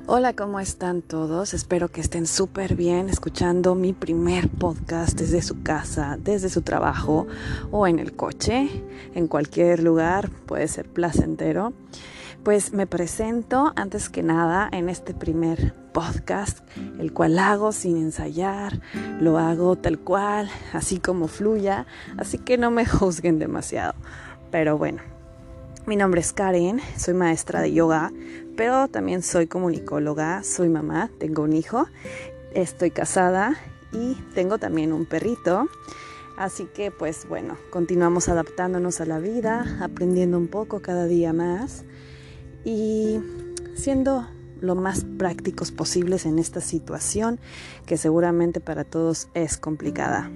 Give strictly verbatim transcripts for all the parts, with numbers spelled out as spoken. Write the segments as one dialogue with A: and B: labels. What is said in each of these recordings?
A: Hola, ¿cómo están todos? Espero que estén súper bien escuchando mi primer podcast desde su casa, desde su trabajo o en el coche, en cualquier lugar, puede ser placentero. Pues me presento antes que nada en este primer podcast, el cual hago sin ensayar, lo hago tal cual, así como fluya, así que no me juzguen demasiado. Pero bueno, mi nombre es Karen, soy maestra de yoga, pero también soy comunicóloga, soy mamá, tengo un hijo, estoy casada y tengo también un perrito. Así que pues bueno, continuamos adaptándonos a la vida, aprendiendo un poco cada día más y siendo lo más prácticos posibles en esta situación que seguramente para todos es complicada.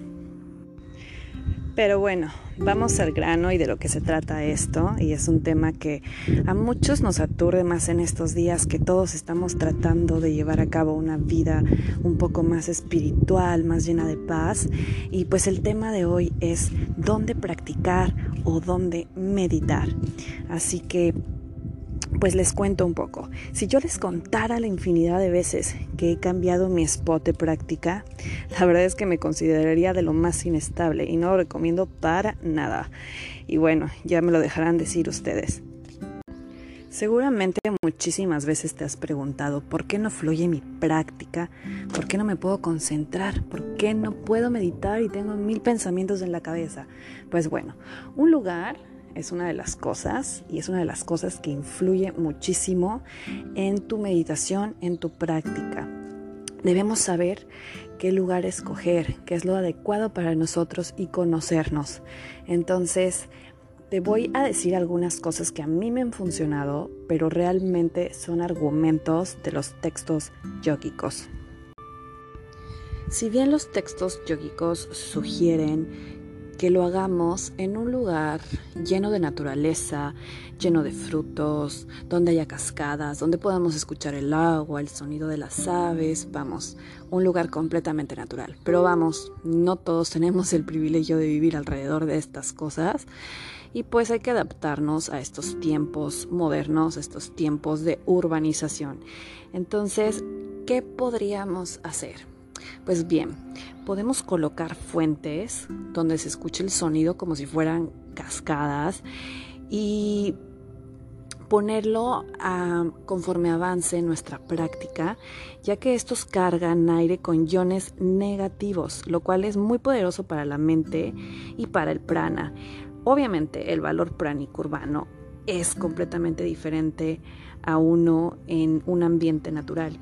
A: Pero bueno, vamos al grano y de lo que se trata esto, y es un tema que a muchos nos aturde más en estos días que todos estamos tratando de llevar a cabo una vida un poco más espiritual, más llena de paz, y pues el tema de hoy es dónde practicar o dónde meditar. Así que pues les cuento un poco. Si yo les contara la infinidad de veces que he cambiado mi spot de práctica, la verdad es que me consideraría de lo más inestable y no lo recomiendo para nada. Y bueno, ya me lo dejarán decir ustedes. Seguramente muchísimas veces te has preguntado por qué no fluye mi práctica, por qué no me puedo concentrar, por qué no puedo meditar y tengo mil pensamientos en la cabeza. Pues bueno, un lugar es una de las cosas y es una de las cosas que influye muchísimo en tu meditación, en tu práctica. Debemos saber qué lugar escoger, qué es lo adecuado para nosotros y conocernos. Entonces, te voy a decir algunas cosas que a mí me han funcionado, pero realmente son argumentos de los textos yógicos. Si bien los textos yógicos sugieren que lo hagamos en un lugar lleno de naturaleza, lleno de frutos, donde haya cascadas, donde podamos escuchar el agua, el sonido de las aves, vamos, un lugar completamente natural. Pero vamos, no todos tenemos el privilegio de vivir alrededor de estas cosas y pues hay que adaptarnos a estos tiempos modernos, estos tiempos de urbanización. Entonces, ¿qué podríamos hacer? Pues bien, podemos colocar fuentes donde se escuche el sonido como si fueran cascadas y ponerlo a, conforme avance nuestra práctica, ya que estos cargan aire con iones negativos, lo cual es muy poderoso para la mente y para el prana. Obviamente el valor pránico urbano es completamente diferente a uno en un ambiente natural.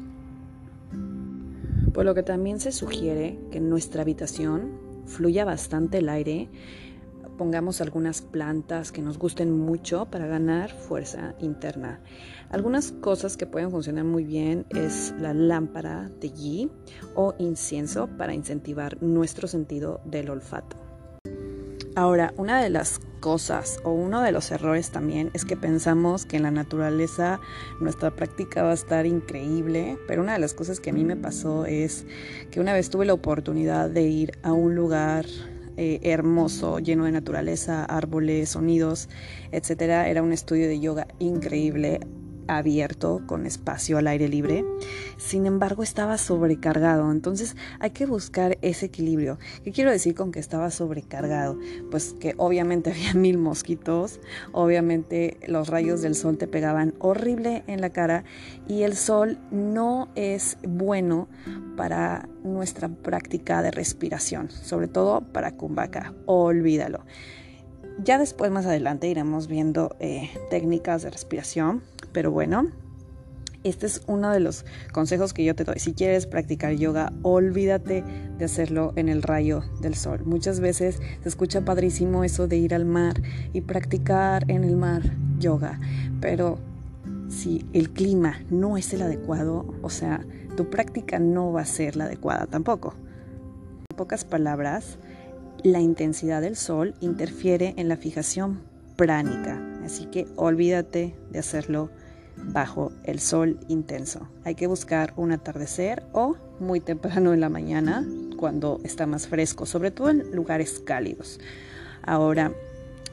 A: Por lo que también se sugiere que en nuestra habitación fluya bastante el aire, pongamos algunas plantas que nos gusten mucho para ganar fuerza interna. Algunas cosas que pueden funcionar muy bien es la lámpara de ghee o incienso para incentivar nuestro sentido del olfato. Ahora, una de las cosas o uno de los errores también es que pensamos que en la naturaleza nuestra práctica va a estar increíble, pero una de las cosas que a mí me pasó es que una vez tuve la oportunidad de ir a un lugar eh, hermoso, lleno de naturaleza, árboles, sonidos, etcétera. Era un estudio de yoga increíble, abierto, con espacio al aire libre. Sin embargo, estaba sobrecargado, entonces hay que buscar ese equilibrio. ¿Qué quiero decir con que estaba sobrecargado? Pues que obviamente había mil mosquitos, obviamente los rayos del sol te pegaban horrible en la cara y el sol no es bueno para nuestra práctica de respiración, sobre todo para Kumbhaka, olvídalo. Ya después, más adelante, iremos viendo eh, técnicas de respiración, pero bueno, este es uno de los consejos que yo te doy. Si quieres practicar yoga, olvídate de hacerlo en el rayo del sol. Muchas veces se escucha padrísimo eso de ir al mar y practicar en el mar yoga, pero si el clima no es el adecuado, o sea, tu práctica no va a ser la adecuada tampoco. En pocas palabras, la intensidad del sol interfiere en la fijación pránica, así que olvídate de hacerlo bajo el sol intenso. Hay que buscar un atardecer o muy temprano en la mañana cuando está más fresco, sobre todo en lugares cálidos. Ahora,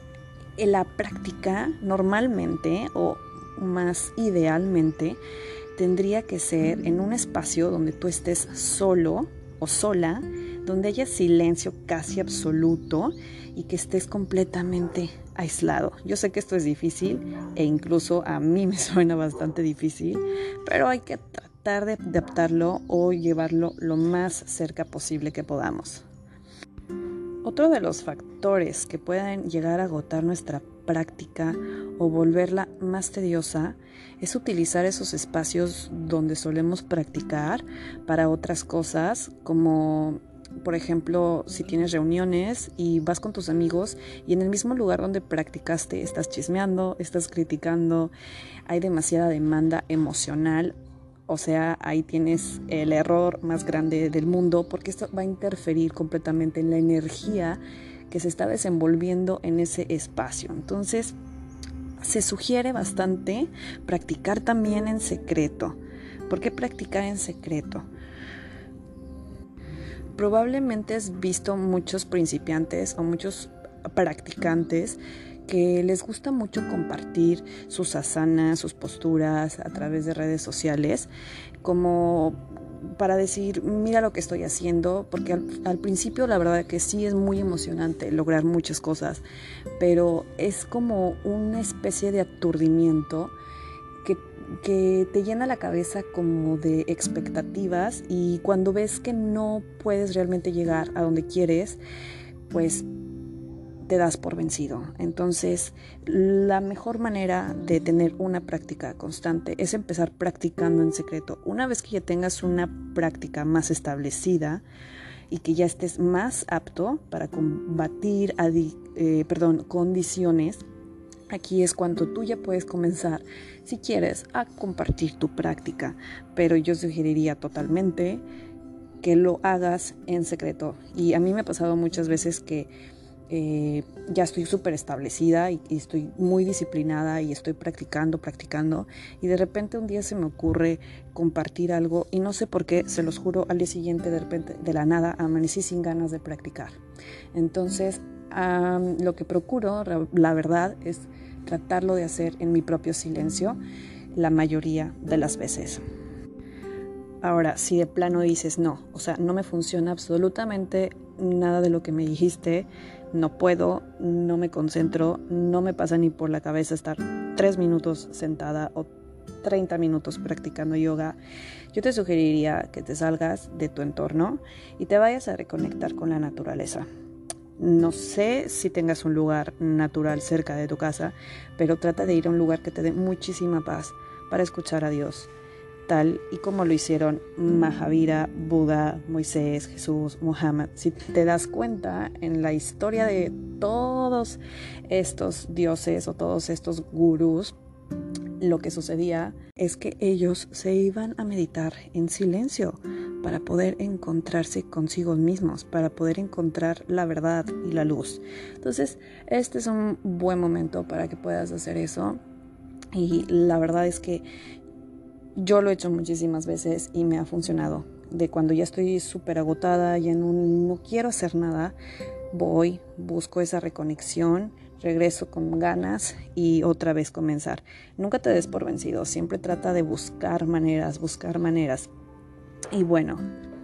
A: en la práctica normalmente o más idealmente tendría que ser en un espacio donde tú estés solo o sola, donde haya silencio casi absoluto y que estés completamente aislado. Yo sé que esto es difícil e incluso a mí me suena bastante difícil, pero hay que tratar de adaptarlo o llevarlo lo más cerca posible que podamos. Otro de los factores que pueden llegar a agotar nuestra práctica o volverla más tediosa es utilizar esos espacios donde solemos practicar para otras cosas, como por ejemplo si tienes reuniones y vas con tus amigos y en el mismo lugar donde practicaste estás chismeando, estás criticando, hay demasiada demanda emocional. O sea, ahí tienes el error más grande del mundo porque esto va a interferir completamente en la energía que se está desenvolviendo en ese espacio. Entonces, se sugiere bastante practicar también en secreto. ¿Por qué practicar en secreto? Probablemente has visto muchos principiantes o muchos practicantes que les gusta mucho compartir sus asanas, sus posturas a través de redes sociales, como para decir, mira lo que estoy haciendo, porque al, al principio la verdad que sí es muy emocionante lograr muchas cosas, pero es como una especie de aturdimiento que, que te llena la cabeza como de expectativas y cuando ves que no puedes realmente llegar a donde quieres, pues te das por vencido. Entonces, la mejor manera de tener una práctica constante es empezar practicando en secreto. Una vez que ya tengas una práctica más establecida y que ya estés más apto para combatir adi- eh, perdón, condiciones, aquí es cuando tú ya puedes comenzar, si quieres, a compartir tu práctica. Pero yo sugeriría totalmente que lo hagas en secreto. Y a mí me ha pasado muchas veces que Eh, ya estoy súper establecida y, y estoy muy disciplinada y estoy practicando, practicando y de repente un día se me ocurre compartir algo y no sé por qué, se los juro, al día siguiente de repente de la nada amanecí sin ganas de practicar. Entonces um, lo que procuro, la verdad, es tratarlo de hacer en mi propio silencio la mayoría de las veces. Ahora, si de plano dices no, o sea, no me funciona absolutamente nada de lo que me dijiste, no puedo, no me concentro, no me pasa ni por la cabeza estar tres minutos sentada o treinta minutos practicando yoga, yo te sugeriría que te salgas de tu entorno y te vayas a reconectar con la naturaleza. No sé si tengas un lugar natural cerca de tu casa, pero trata de ir a un lugar que te dé muchísima paz para escuchar a Dios, tal y como lo hicieron Mahavira, Buda, Moisés, Jesús, Muhammad. Si te das cuenta, en la historia de todos estos dioses o todos estos gurús, lo que sucedía es que ellos se iban a meditar en silencio para poder encontrarse consigo mismos, para poder encontrar la verdad y la luz. Entonces, este es un buen momento para que puedas hacer eso. Y la verdad es que yo lo he hecho muchísimas veces y me ha funcionado. De cuando ya estoy súper agotada, ya no, no quiero hacer nada, voy, busco esa reconexión, regreso con ganas y otra vez comenzar. Nunca te des por vencido, siempre trata de buscar maneras, buscar maneras. Y bueno,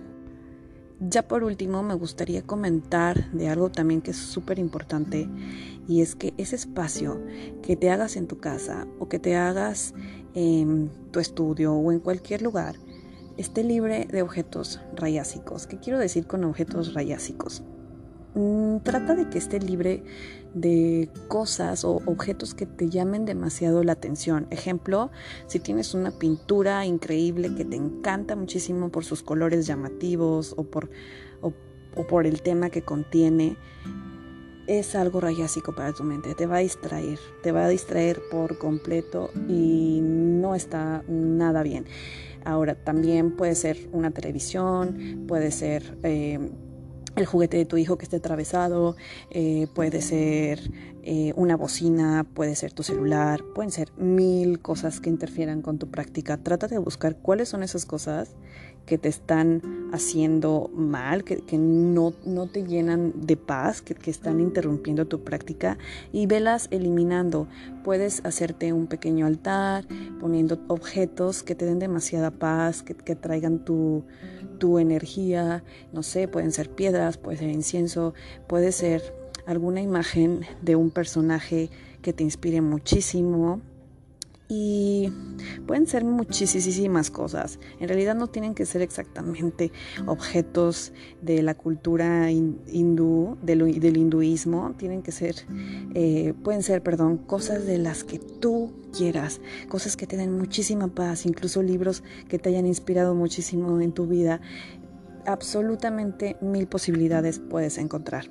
A: ya por último me gustaría comentar de algo también que es súper importante, y es que ese espacio que te hagas en tu casa o que te hagas en tu estudio o en cualquier lugar esté libre de objetos rayásicos. ¿Qué quiero decir con objetos rayásicos? Mm, trata de que esté libre de cosas o objetos que te llamen demasiado la atención. Ejemplo, si tienes una pintura increíble que te encanta muchísimo por sus colores llamativos o por, o, o por el tema que contiene, es algo rayásico para tu mente, te va a distraer, te va a distraer por completo y no está nada bien. Ahora, también puede ser una televisión, puede ser eh, el juguete de tu hijo que esté atravesado, eh, puede ser eh, una bocina, puede ser tu celular, pueden ser mil cosas que interfieran con tu práctica. Trata de buscar cuáles son esas cosas que te están haciendo mal, que, que no, no te llenan de paz, que, que están interrumpiendo tu práctica, y velas eliminando. Puedes hacerte un pequeño altar poniendo objetos que te den demasiada paz, que, que traigan tu, tu energía. No sé, pueden ser piedras, puede ser incienso, puede ser alguna imagen de un personaje que te inspire muchísimo. Y pueden ser muchísimas cosas. En realidad no tienen que ser exactamente objetos de la cultura hindú, del, del hinduismo. Tienen que ser, eh, pueden ser, perdón, cosas de las que tú quieras, cosas que te den muchísima paz, incluso libros que te hayan inspirado muchísimo en tu vida. Absolutamente mil posibilidades puedes encontrar.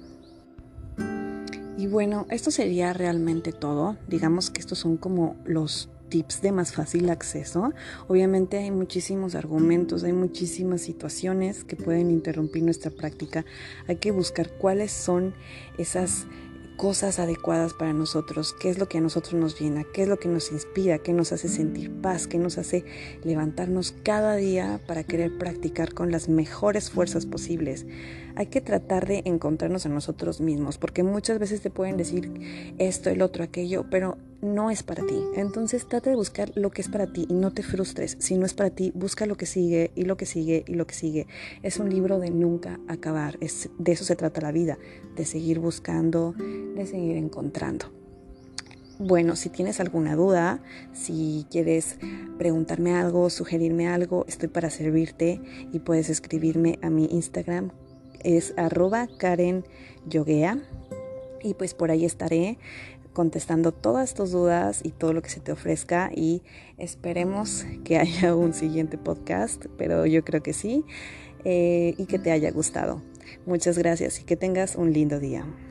A: Y bueno, esto sería realmente todo. Digamos que estos son como los tips de más fácil acceso. Obviamente hay muchísimos argumentos, hay muchísimas situaciones que pueden interrumpir nuestra práctica. Hay que buscar cuáles son esas cosas adecuadas para nosotros, qué es lo que a nosotros nos llena, qué es lo que nos inspira, qué nos hace sentir paz, qué nos hace levantarnos cada día para querer practicar con las mejores fuerzas posibles. Hay que tratar de encontrarnos a nosotros mismos, porque muchas veces te pueden decir esto, el otro, aquello, pero no es para ti. Entonces trata de buscar lo que es para ti y no te frustres. Si no es para ti, busca lo que sigue y lo que sigue y lo que sigue. Es un libro de nunca acabar. Es, de eso se trata la vida, de seguir buscando, de seguir encontrando. Bueno, si tienes alguna duda, si quieres preguntarme algo, sugerirme algo, estoy para servirte y puedes escribirme a mi Instagram. Es arroba Karen Yoguea y pues por ahí estaré contestando todas tus dudas y todo lo que se te ofrezca, y esperemos que haya un siguiente podcast, pero yo creo que sí, eh, y que te haya gustado. Muchas gracias y que tengas un lindo día.